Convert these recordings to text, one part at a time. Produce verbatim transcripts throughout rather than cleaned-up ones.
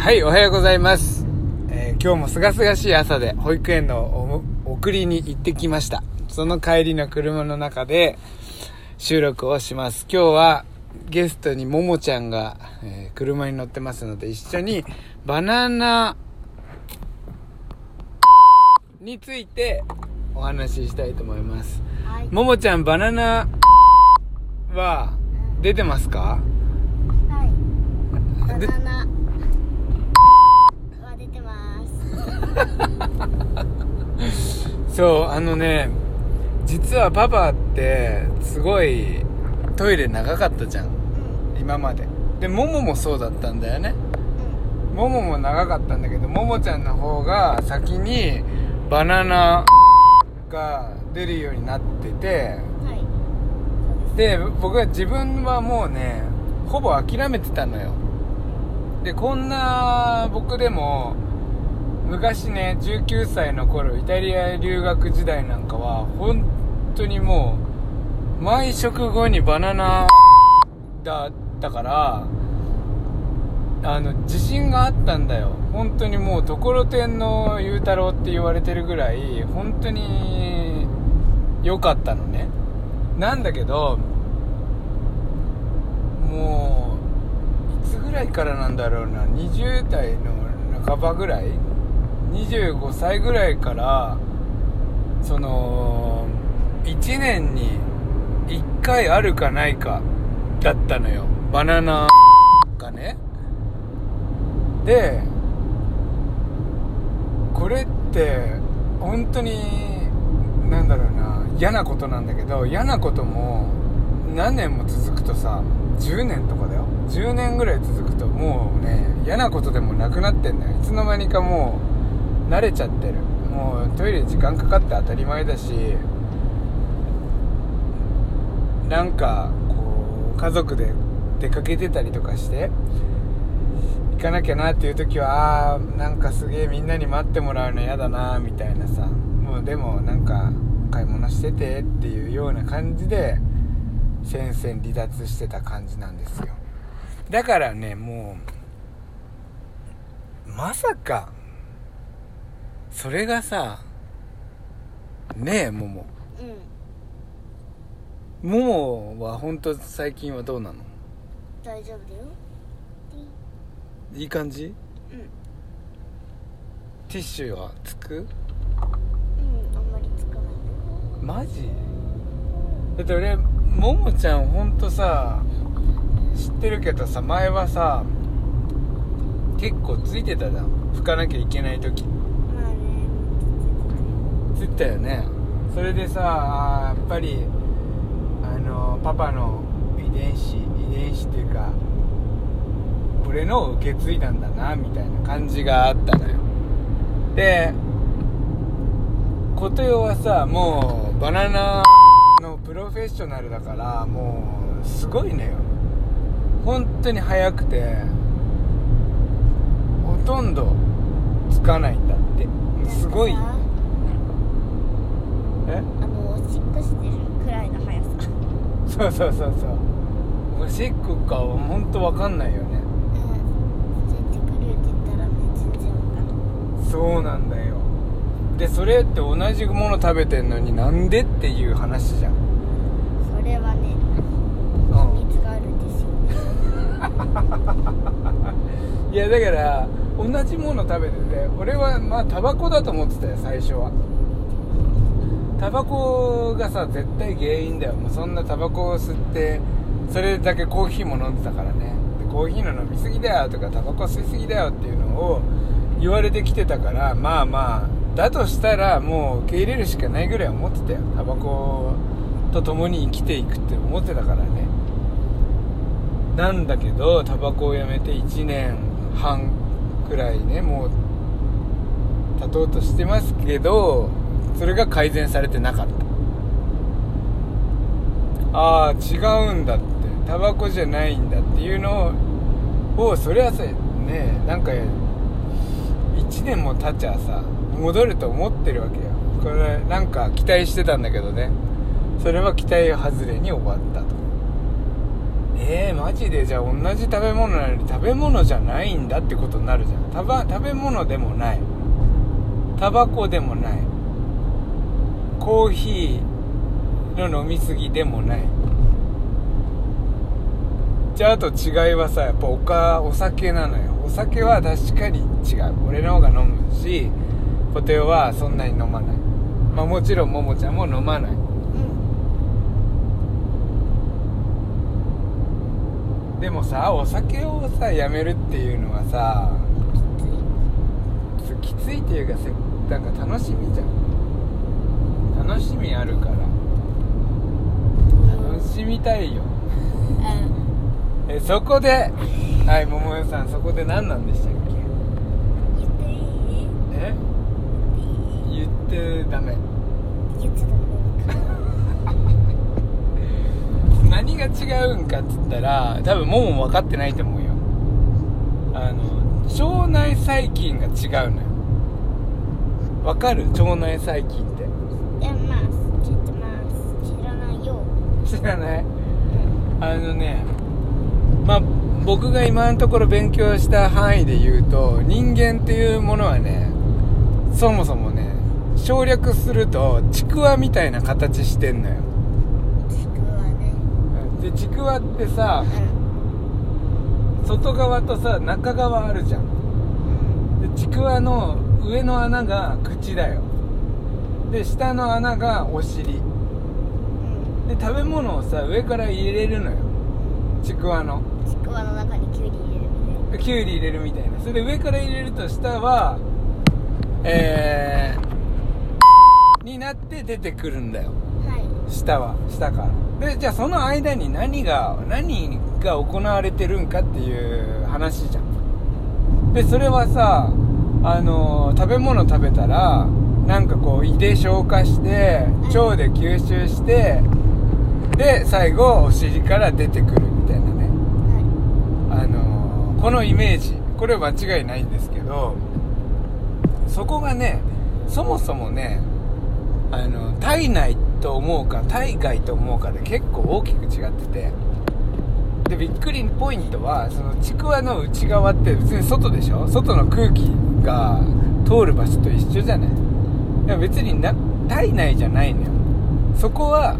はい、おはようございます、えー、今日もすがすがしい朝で保育園の送りに行ってきました。その帰りの車の中で収録をします。今日はゲストにももちゃんが、えー、車に乗ってますので、一緒にバナナについてお話ししたいと思います、はい、ももちゃん、バナナは出てますか？ はい、バナナは出てますそう、あのね、実はパパってすごいトイレ長かったじゃん、うん、今までで、もももそうだったんだよね、うん、ももも長かったんだけど、ももちゃんの方が先にバナナが出るようになってて、はい、で僕は自分はもうねほぼ諦めてたのよ。でこんな僕でも昔ね、じゅうきゅうさいの頃イタリア留学時代なんかは本当にもう毎食後にバナナだったから、あの自信があったんだよ。本当にもうところてんのゆうたろうって言われてるぐらい本当に良かったのね。なんだけどもういつぐらいからなんだろうな、にじゅうだいの半ばぐらい、にじゅうごさいぐらいからそのいちねんにいっかいあるかないかだったのよ、バナナがね。でこれって本当になんだろうな、嫌なことなんだけど、嫌なことも何年も続くとさ、じゅうねんとかだよ、じゅうねんぐらい続くともうね、嫌なことでもなくなってんだよ。いつの間にかもう慣れちゃってる。もうトイレ時間かかって当たり前だし、なんかこう家族で出かけてたりとかして行かなきゃなっていう時は、あーなんかすげえみんなに待ってもらうの嫌だなみたいなさ、もうでもなんか買い物しててっていうような感じで戦線離脱してた感じなんですよ。だからね、もうまさかそれがさ、ねえもも、うん、ももは本当最近はどうなの？ 大丈夫だよ。 いい感じ？うん。ティッシュはつく？うん、 あんまりつかない。 マジ？だって俺ももちゃんほんとさ、知ってるけどさ、前はさ結構ついてたじゃん、拭かなきゃいけない時。まあね、ついてたよね。それでさ、やっぱりあのパパの遺伝子遺伝子っていうか俺のを受け継いだんだなみたいな感じがあったのよ。でことよはさ、もうバナナのプロフェッショナルだから、もうすごいのよ、本当に早くてほとんどつかないんだって。すごい。え？ あのおしっこしてるくらいの速さ。 そうそうそうそう、おしっこかは本当わかんないよね。そうなんだよ。でそれって同じもの食べてんのになんでっていう話じゃん。 それはね、秘密があるんですよ。 いやだから同じもの食べてて、俺はまあタバコだと思ってたよ最初は。タバコがさ絶対原因だよ。もうそんなタバコを吸ってそれだけコーヒーも飲んでたからね。でコーヒーの飲みすぎだよとかタバコ吸いすぎだよっていうのを言われてきてたから、まあまあだとしたらもう受け入れるしかないぐらい思ってたよ。タバコと共に生きていくって思ってたからね。なんだけどタバコをやめていちねんはんくらいね、もう経とうとしてますけど、それが改善されてなかった。ああ違うんだって、タバコじゃないんだっていうのを、をそれはさね、なんかいちねんも経っちゃさ戻ると思ってるわけよ。これなんか期待してたんだけどね、それは期待外れに終わったと。 えー、マジで？じゃあ同じ食べ物なのに食べ物じゃないんだってことになるじゃん。たば食べ物でもない、タバコでもない、コーヒーの飲みすぎでもない。じゃああと違いはさ、やっぱおかお酒なのよ。お酒は確かに違う。俺の方が飲むし、ポテオはそんなに飲まない。まあもちろんももちゃんも飲まない。でもさ、お酒をさやめるっていうのはさ、きついっていうか、せなんか楽しみじゃん。楽しみあるから楽しみたいよ。えそこで、はい、桃代さん、そこで何なんでしたっけ？ 言っていい？ え？言ってダメ。 言ってダメ何が違うんかっつったら、多分もも分かってないと思うよ。あの腸内細菌が違うのよ。分かる？腸内細菌って。 いや、まあ知ってます。知らないよ。 知らない？あのね、まあ僕が今のところ勉強した範囲で言うと、人間っていうものはね、そもそもね、省略するとちくわみたいな形してんのよ。 ちくわね。 でちくわってさ、外側とさ中側あるじゃん。でちくわの上の穴が口だよ。で下の穴がお尻で、食べ物をさ上から入れるのよ、ちくわの。 ちくわの中にキュウリ入れるみたいな。 キュウリ入れるみたいな。それで上から入れると下はえーになって出てくるんだよ。 はい。 下は下からで、じゃあその間に何が何が行われてるんかっていう話じゃん。でそれはさ、あの食べ物食べたらなんかこう胃で消化して腸で吸収して、で最後お尻から出てくるみたいなね、 はあのこのイメージ、これは間違いないんですけど、そこがね、そもそもね、あの体内と思うか体外と思うかで結構大きく違ってて、でびっくりポイントは、そのちくわの内側って別に外でしょ。外の空気が通る場所と一緒じゃない。いや別にな体内じゃないのよ。そこは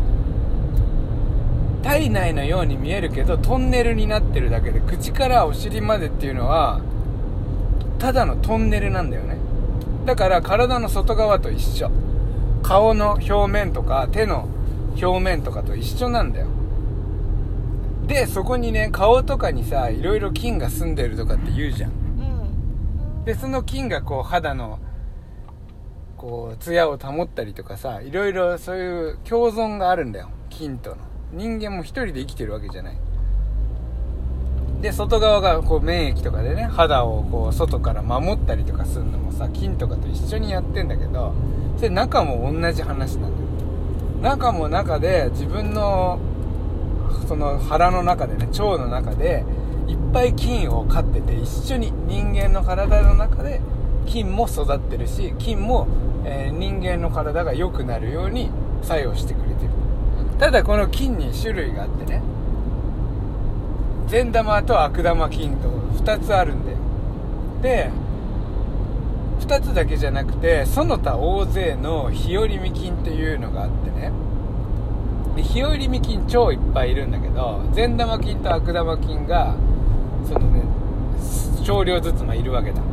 体内のように見えるけどトンネルになってるだけで、口からお尻までっていうのはただのトンネルなんだよね。だから体の外側と一緒、顔の表面とか手の表面とかと一緒なんだよ。でそこにね、顔とかにさいろいろ菌が住んでるとかって言うじゃん。 い。うん。 でその菌がこう肌のこうツヤを保ったりとかさ、いろいろそういう共存があるんだよ、菌との。人間も一人で生きてるわけじゃない。で外側がこう免疫とかでね、肌をこう外から守ったりとかするのもさ、菌とかと一緒にやってんだけど、それ中も同じ話なんだよ。中も中で自分のその腹の中でね、腸の中でいっぱい菌を飼ってて、一緒に人間の体の中で菌も育ってるし、菌も、えー、人間の体が良くなるように作用してくれてる。ただこの菌に種類があってね、善玉と悪玉菌とふたつあるんだよ。でふたつだけじゃなくて、その他大勢の日和見菌っていうのがあってね、で日和見菌超いっぱいいるんだけど、善玉菌と悪玉菌がそのね少量ずつまいるわけだ。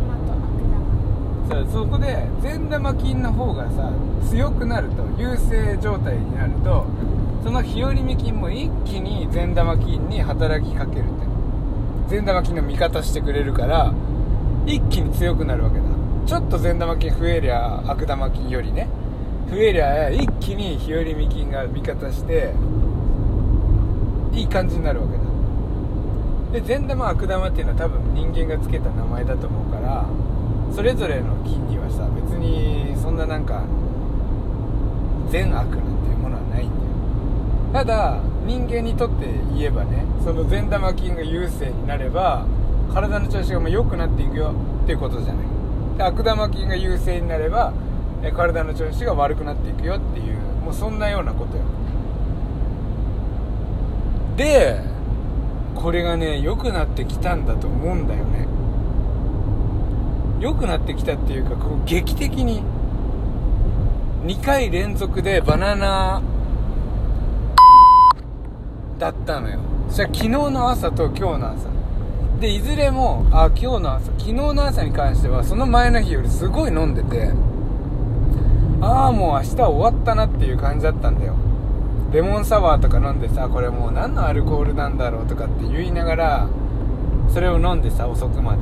そう、そこで善玉菌の方がさ強くなると、優勢状態になると、その日和見菌も一気に善玉菌に働きかけるって、善玉菌の味方してくれるから一気に強くなるわけだ。ちょっと善玉菌増えりゃ悪玉菌よりね増えりゃ一気に日和見菌が味方していい感じになるわけだ。で善玉悪玉っていうのは多分人間がつけた名前だと思うから、それぞれの菌にはさ別にそんななんか善悪なんていうものはないんだよ。ただ人間にとって言えばね、その善玉菌が優勢になれば体の調子が良くなっていくよっていうことじゃない。で悪玉菌が優勢になれば体の調子が悪くなっていくよっていう、もうそんなようなことよ。でこれがね良くなってきたんだと思うんだよね。良くなってきたっていうか、こう劇的ににかい連続でバナナだったのよ。そしたら昨日の朝と今日の朝で、いずれもあ今日の朝昨日の朝に関してはその前の日よりすごい飲んでて、ああもう明日終わったなっていう感じだったんだよ。レモンサワーとか飲んでさ、これもう何のアルコールなんだろうとかって言いながらそれを飲んでさ、遅くまで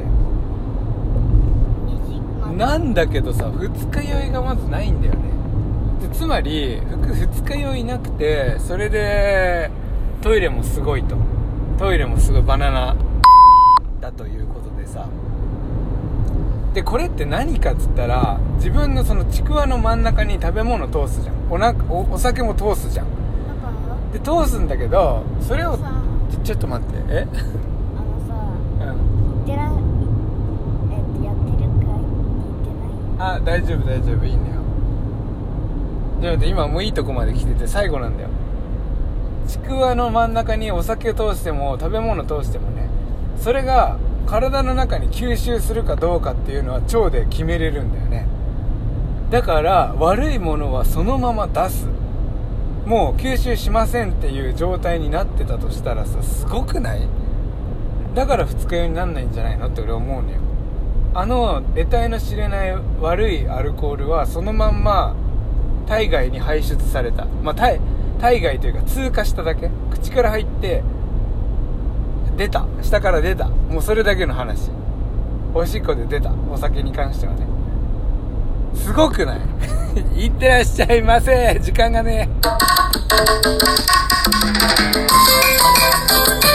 なんだけどさ、二日酔いがまずないんだよね。でつまり二日酔いなくて、それでトイレもすごいと、トイレもすごいバナナだということでさ、でこれって何かっつったら、自分のそのちくわの真ん中に食べ物通すじゃん、おな お, お酒も通すじゃん。で通すんだけど、それをち, ちょっと待って、えあのさ、うん、てらえっとやってるかいって言ってない？ あ、大丈夫大丈夫、いいんだよ。じゃあ今もういいとこまで来てて最後なんだよ。ちくわの真ん中にお酒を通しても食べ物を通してもね、それが体の中に吸収するかどうかっていうのは腸で決めれるんだよね。だから悪いものはそのまま出す、もう吸収しませんっていう状態になってたとしたらさ、すごくない？だから二日酔いになんないんじゃないのって俺は思うのよ。あの得体の知れない悪いアルコールはそのまんま体外に排出された、まあ、体, 体外というか通過しただけ、口から入って出た、下から出た、もうそれだけの話。おしっこで出た、お酒に関してはね。すごくない？いってらっしゃいませ、時間がね。